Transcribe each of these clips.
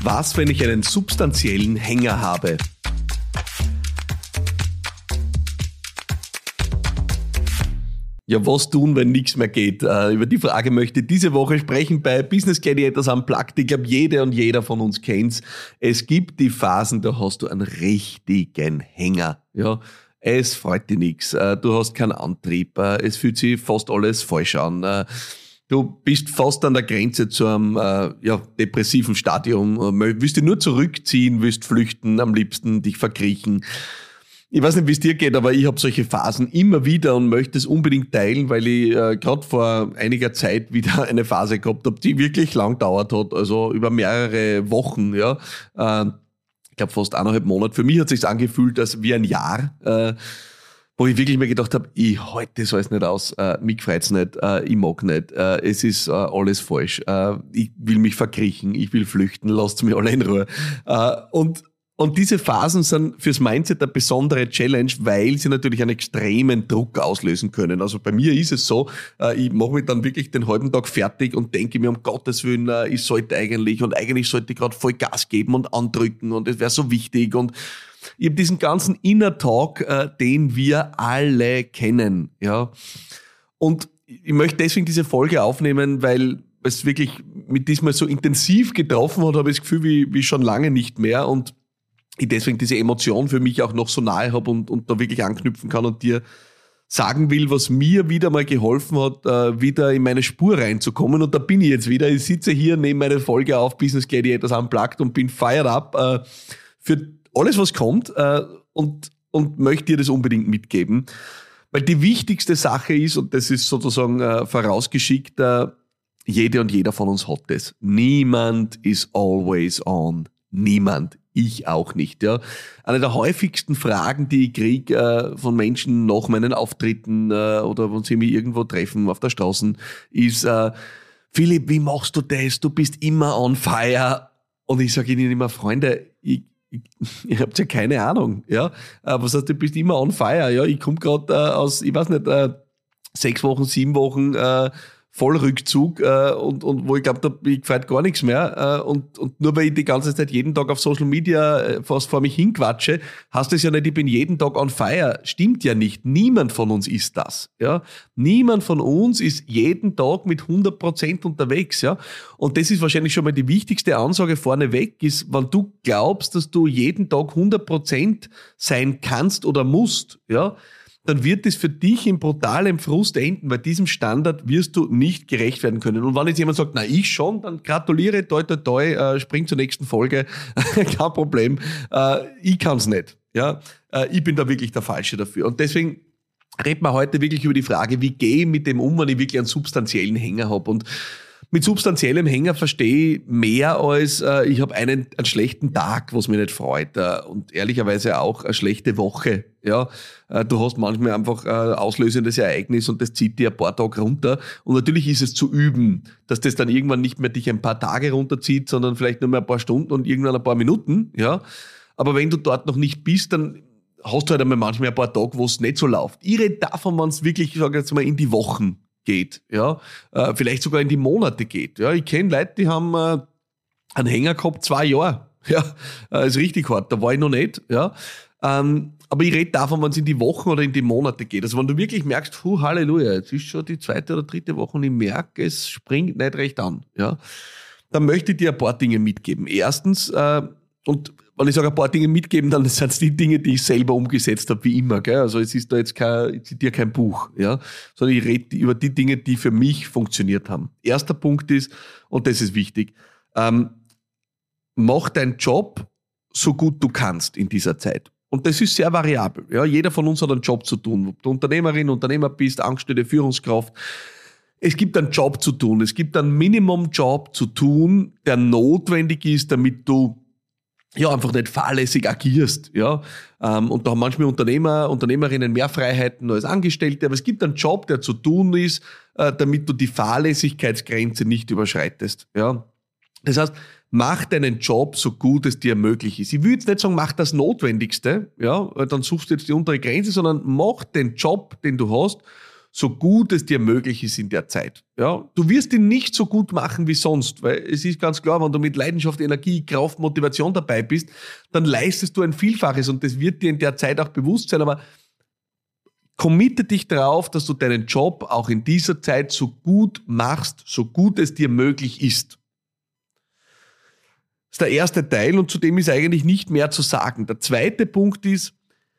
Was, wenn ich einen substanziellen Hänger habe? Ja, was tun, wenn nichts mehr geht? Über die Frage möchte ich diese Woche sprechen bei Business Gladiators Unplugged. Ich glaube, jede und jeder von uns kennt's. Es gibt die Phasen, da hast du einen richtigen Hänger. Ja, es freut dich nichts. Du hast keinen Antrieb. Es fühlt sich fast alles falsch an. Du bist fast an der Grenze zu einem depressiven Stadium. Willst dich nur zurückziehen, willst flüchten, am liebsten dich verkriechen. Ich weiß nicht, wie es dir geht, aber ich habe solche Phasen immer wieder und möchte es unbedingt teilen, weil ich gerade vor einiger Zeit wieder eine Phase gehabt habe, die wirklich lang gedauert hat, also über mehrere Wochen. Ja, ich glaube fast 1,5 Monate. Für mich hat es sich angefühlt als wie ein Jahr, wo ich wirklich mir gedacht habe, ich halte das alles nicht aus, mich freut's nicht, ich mag nicht, es ist alles falsch, ich will mich verkriechen, ich will flüchten, lasst mich alle in Ruhe. Und diese Phasen sind fürs Mindset eine besondere Challenge, weil sie natürlich einen extremen Druck auslösen können. Also bei mir ist es so, ich mache mich dann wirklich den halben Tag fertig und denke mir, um Gottes Willen, ich sollte eigentlich sollte ich gerade voll Gas geben und andrücken und es wäre so wichtig. Und ich habe diesen ganzen Inner Talk, den wir alle kennen. Ja. Und ich möchte deswegen diese Folge aufnehmen, weil es wirklich mit diesmal so intensiv getroffen hat, habe ich das Gefühl, wie schon lange nicht mehr. Und ich deswegen diese Emotion für mich auch noch so nahe habe und da wirklich anknüpfen kann und dir sagen will, was mir wieder mal geholfen hat, wieder in meine Spur reinzukommen. Und da bin ich jetzt wieder. Ich sitze hier, nehme meine Folge auf, Business Gladiators Unplugged und bin fired up für alles, was kommt und möchte dir das unbedingt mitgeben. Weil die wichtigste Sache ist, und das ist sozusagen vorausgeschickt, jede und jeder von uns hat das. Niemand is always on. Niemand. Ich auch nicht. Ja. Eine der häufigsten Fragen, die ich kriege von Menschen nach meinen Auftritten oder wenn sie mich irgendwo treffen auf der Straße, ist, Philipp, wie machst du das? Du bist immer on fire. Und ich sage ihnen immer, Freunde, ihr habt ja keine Ahnung. Ja. Was heißt, du bist immer on fire? Ja, ich komme gerade aus, 6 Wochen, 7 Wochen Vollrückzug und wo ich glaube, da gefällt gar nichts mehr und nur weil ich die ganze Zeit jeden Tag auf Social Media fast vor mich hinquatsche, heißt das ja nicht, ich bin jeden Tag on fire. Stimmt ja nicht. Niemand von uns ist das. Ja, niemand von uns ist jeden Tag mit 100% unterwegs. Ja, und das ist wahrscheinlich schon mal die wichtigste Ansage vorneweg, ist, wenn du glaubst, dass du jeden Tag 100% sein kannst oder musst, ja, dann wird es für dich in brutalem Frust enden, weil diesem Standard wirst du nicht gerecht werden können. Und wenn jetzt jemand sagt, na ich schon, dann gratuliere, toi, toi, toi, spring zur nächsten Folge, kein Problem, ich kann's nicht. Ja, ich bin da wirklich der Falsche dafür. Und deswegen reden wir heute wirklich über die Frage, wie gehe ich mit dem um, wenn ich wirklich einen substanziellen Hänger habe. Und mit substanziellem Hänger verstehe ich mehr als, ich habe einen schlechten Tag, was mich nicht freut und ehrlicherweise auch eine schlechte Woche. Ja, du hast manchmal einfach ein auslösendes Ereignis und das zieht dir ein paar Tage runter. Und natürlich ist es zu üben, dass das dann irgendwann nicht mehr dich ein paar Tage runterzieht, sondern vielleicht nur mehr ein paar Stunden und irgendwann ein paar Minuten. Ja, aber wenn du dort noch nicht bist, dann hast du halt einmal manchmal ein paar Tage, wo es nicht so läuft. Ich rede davon, wenn es wirklich, ich sage jetzt mal, in die Wochen geht, ja, vielleicht sogar in die Monate geht. Ja, ich kenne Leute, die haben einen Hänger gehabt, 2 Jahre. Ja, ist richtig hart. Da war ich noch nicht. Ja, aber ich rede davon, wenn es in die Wochen oder in die Monate geht. Also wenn du wirklich merkst, Halleluja, jetzt ist schon die 2. oder 3. Woche und ich merke, es springt nicht recht an. Ja, dann möchte ich dir ein paar Dinge mitgeben. Erstens, und wenn ich sage ein paar Dinge mitgeben, dann sind es die Dinge, die ich selber umgesetzt habe, wie immer. Gell? Also es ist da jetzt ich zitiere kein Buch, ja, sondern ich rede über die Dinge, die für mich funktioniert haben. Erster Punkt ist, und das ist wichtig, mach deinen Job so gut du kannst in dieser Zeit. Und das ist sehr variabel. Ja? Jeder von uns hat einen Job zu tun. Ob du Unternehmerin, Unternehmer bist, Angestellte, Führungskraft. Es gibt einen Job zu tun. Es gibt einen Minimum-Job zu tun, der notwendig ist, damit du einfach nicht fahrlässig agierst, ja. Und da haben manchmal Unternehmer, Unternehmerinnen mehr Freiheiten als Angestellte, aber es gibt einen Job, der zu tun ist, damit du die Fahrlässigkeitsgrenze nicht überschreitest, ja. Das heißt, mach deinen Job so gut es dir möglich ist. Ich will jetzt nicht sagen, mach das Notwendigste, ja, dann suchst du jetzt die untere Grenze, sondern mach den Job, den du hast, so gut es dir möglich ist in der Zeit. Ja, du wirst ihn nicht so gut machen wie sonst, weil es ist ganz klar, wenn du mit Leidenschaft, Energie, Kraft, Motivation dabei bist, dann leistest du ein Vielfaches und das wird dir in der Zeit auch bewusst sein, aber committe dich darauf, dass du deinen Job auch in dieser Zeit so gut machst, so gut es dir möglich ist. Das ist der erste Teil und zu dem ist eigentlich nicht mehr zu sagen. Der zweite Punkt ist,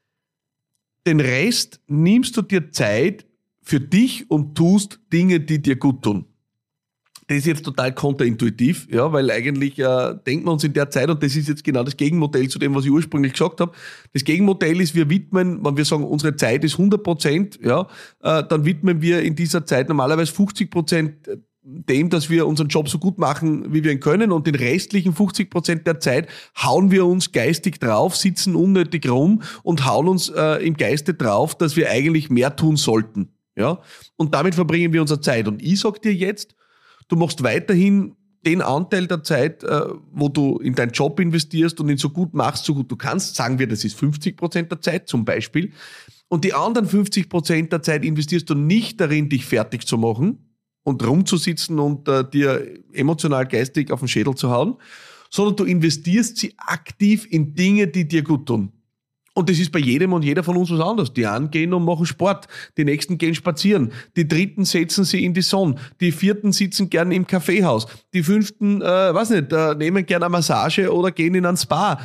den Rest nimmst du dir Zeit für dich und tust Dinge, die dir gut tun. Das ist jetzt total kontraintuitiv, ja, weil eigentlich denken wir uns in der Zeit, und das ist jetzt genau das Gegenmodell zu dem, was ich ursprünglich gesagt habe. Das Gegenmodell ist, wir widmen, wenn wir sagen, unsere Zeit ist 100%, ja, dann widmen wir in dieser Zeit normalerweise 50% dem, dass wir unseren Job so gut machen, wie wir ihn können, und den restlichen 50% der Zeit hauen wir uns geistig drauf, sitzen unnötig rum und hauen uns im Geiste drauf, dass wir eigentlich mehr tun sollten. Ja? Und damit verbringen wir unsere Zeit. Und ich sag dir jetzt, du machst weiterhin den Anteil der Zeit, wo du in deinen Job investierst und ihn so gut machst, so gut du kannst. Sagen wir, das ist 50% der Zeit zum Beispiel. Und die anderen 50% der Zeit investierst du nicht darin, dich fertig zu machen und rumzusitzen und dir emotional, geistig auf den Schädel zu hauen, sondern du investierst sie aktiv in Dinge, die dir gut tun. Und das ist bei jedem und jeder von uns was anderes. Die einen gehen und machen Sport, die nächsten gehen spazieren, die dritten setzen sie in die Sonne, die vierten sitzen gern im Kaffeehaus, die fünften, nehmen gern eine Massage oder gehen in ein Spa.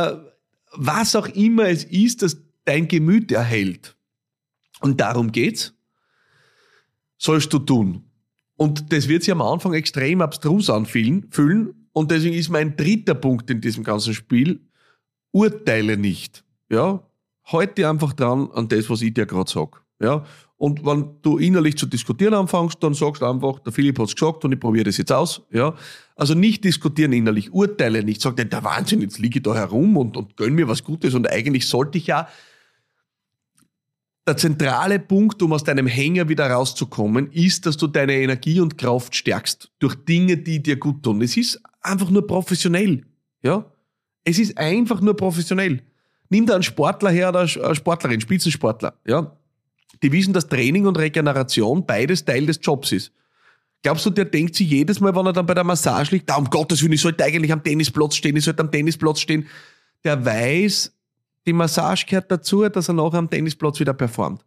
Was auch immer es ist, das dein Gemüt erhält. Und darum geht's. Sollst du tun. Und das wird sich am Anfang extrem abstrus anfühlen. Und deswegen ist mein dritter Punkt in diesem ganzen Spiel: urteile nicht. Ja, halt dich einfach dran an das, was ich dir gerade sage. Ja, und wenn du innerlich zu diskutieren anfängst, dann sagst du einfach, der Philipp hat's gesagt und ich probiere das jetzt aus. Ja, also nicht diskutieren innerlich, urteile nicht, sag nicht, der Wahnsinn, jetzt liege ich da herum und gönn mir was Gutes und eigentlich sollte ich ja. Der zentrale Punkt, um aus deinem Hänger wieder rauszukommen, ist, dass du deine Energie und Kraft stärkst durch Dinge, die dir gut tun. Es ist einfach nur professionell. Ja, es ist einfach nur professionell. Nimm da einen Sportler her oder eine Sportlerin, Spitzensportler, ja. Die wissen, dass Training und Regeneration beides Teil des Jobs ist. Glaubst du, der denkt sich jedes Mal, wenn er dann bei der Massage liegt, um Gottes Willen, ich sollte eigentlich am Tennisplatz stehen. Der weiß, die Massage gehört dazu, dass er nachher am Tennisplatz wieder performt.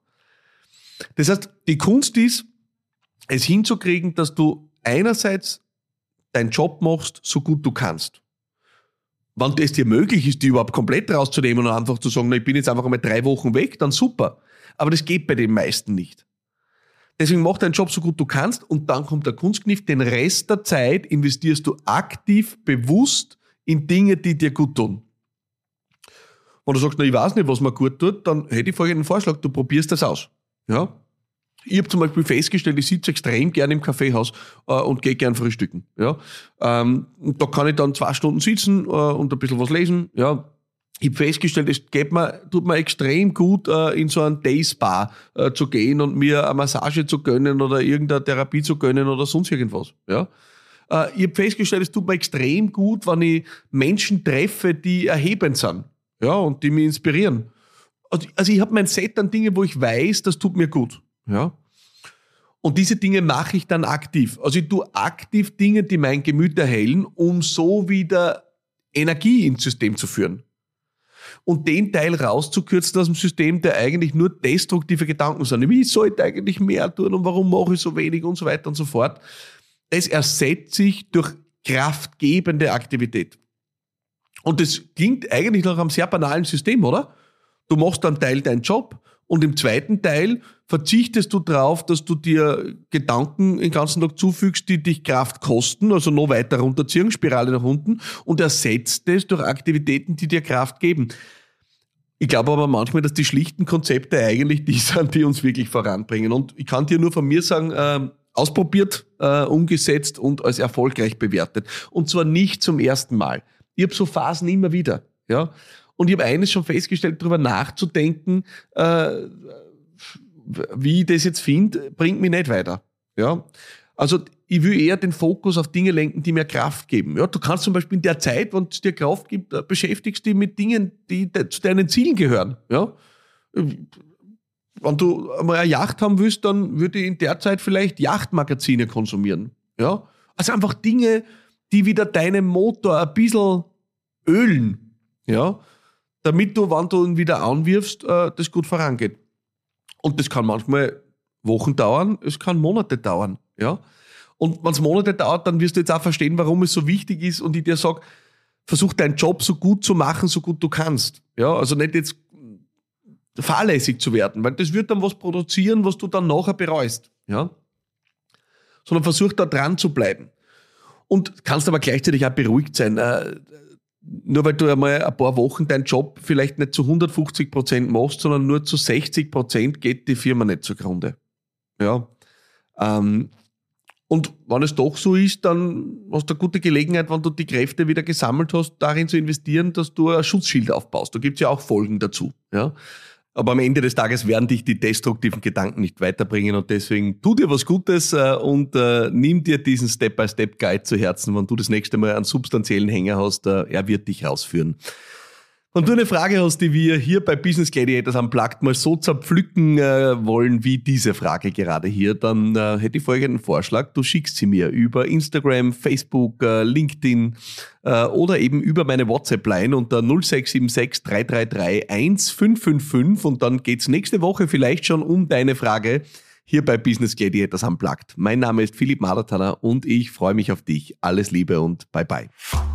Das heißt, die Kunst ist, es hinzukriegen, dass du einerseits deinen Job machst, so gut du kannst. Wenn es dir möglich ist, die überhaupt komplett rauszunehmen und einfach zu sagen, na, ich bin jetzt einfach einmal 3 Wochen weg, dann super. Aber das geht bei den meisten nicht. Deswegen mach deinen Job so gut du kannst und dann kommt der Kunstkniff. Den Rest der Zeit investierst du aktiv, bewusst in Dinge, die dir gut tun. Wenn du sagst, na, ich weiß nicht, was mir gut tut, dann hätte ich folgenden Vorschlag, du probierst das aus. Ja? Ich habe zum Beispiel festgestellt, ich sitze extrem gern im Kaffeehaus und gehe gern frühstücken. Ja? Da kann ich dann 2 Stunden sitzen und ein bisschen was lesen. Ja? Ich habe festgestellt, es tut mir extrem gut, in so einen Day-Spa zu gehen und mir eine Massage zu gönnen oder irgendeine Therapie zu gönnen oder sonst irgendwas. Ja? Ich habe festgestellt, es tut mir extrem gut, wenn ich Menschen treffe, die erhebend sind, ja, und die mich inspirieren. Also ich habe mein Set an Dingen, wo ich weiß, das tut mir gut. Ja? Und diese Dinge mache ich dann aktiv. Also ich tue aktiv Dinge, die mein Gemüt erhellen, um so wieder Energie ins System zu führen. Und den Teil rauszukürzen aus dem System, der eigentlich nur destruktive Gedanken sind. Ich sollte eigentlich mehr tun und warum mache ich so wenig und so weiter und so fort. Das ersetzt sich durch kraftgebende Aktivität. Und das klingt eigentlich nach einem sehr banalen System, oder? Du machst einen Teil deinen Job und im zweiten Teil verzichtest du darauf, dass du dir Gedanken den ganzen Tag zufügst, die dich Kraft kosten, also noch weiter runterziehen, Spirale nach unten, und ersetzt es durch Aktivitäten, die dir Kraft geben. Ich glaube aber manchmal, dass die schlichten Konzepte eigentlich die sind, die uns wirklich voranbringen. Und ich kann dir nur von mir sagen, ausprobiert, umgesetzt und als erfolgreich bewertet. Und zwar nicht zum ersten Mal. Ich habe so Phasen immer wieder. Ja? Und ich habe eines schon festgestellt, darüber nachzudenken, wie ich das jetzt finde, bringt mich nicht weiter. Ja? Also ich will eher den Fokus auf Dinge lenken, die mir Kraft geben. Ja? Du kannst zum Beispiel in der Zeit, wenn es dir Kraft gibt, beschäftigst dich mit Dingen, die zu deinen Zielen gehören. Ja? wenn du einmal eine Yacht haben willst, dann würde ich in der Zeit vielleicht Yachtmagazine konsumieren. Ja? Also einfach Dinge, die wieder deinen Motor ein bisschen ölen. Ja? Damit du, wenn du ihn wieder anwirfst, das gut vorangeht. Und das kann manchmal Wochen dauern, es kann Monate dauern. Ja? Und wenn es Monate dauert, dann wirst du jetzt auch verstehen, warum es so wichtig ist und ich dir sage, versuch deinen Job so gut zu machen, so gut du kannst. Ja? Also nicht jetzt fahrlässig zu werden, weil das wird dann was produzieren, was du dann nachher bereust. Ja? Sondern versuch da dran zu bleiben. Und kannst aber gleichzeitig auch beruhigt sein. Nur weil du einmal ein paar Wochen deinen Job vielleicht nicht zu 150% machst, sondern nur zu 60%, geht die Firma nicht zugrunde. Ja. Und wenn es doch so ist, dann hast du eine gute Gelegenheit, wenn du die Kräfte wieder gesammelt hast, darin zu investieren, dass du ein Schutzschild aufbaust. Da gibt es ja auch Folgen dazu. Ja. Aber am Ende des Tages werden dich die destruktiven Gedanken nicht weiterbringen und deswegen tu dir was Gutes und nimm dir diesen Step-by-Step-Guide zu Herzen, wenn du das nächste Mal einen substanziellen Hänger hast, er wird dich rausführen. Wenn du eine Frage hast, die wir hier bei Business Gladiators Unplugged mal so zerpflücken wollen wie diese Frage gerade hier, dann hätte ich folgenden Vorschlag. Du schickst sie mir über Instagram, Facebook, LinkedIn oder eben über meine WhatsApp-Line unter 0676 333 1555 und dann geht's nächste Woche vielleicht schon um deine Frage hier bei Business Gladiators Unplugged. Mein Name ist Philipp Madertaner und ich freue mich auf dich. Alles Liebe und bye bye.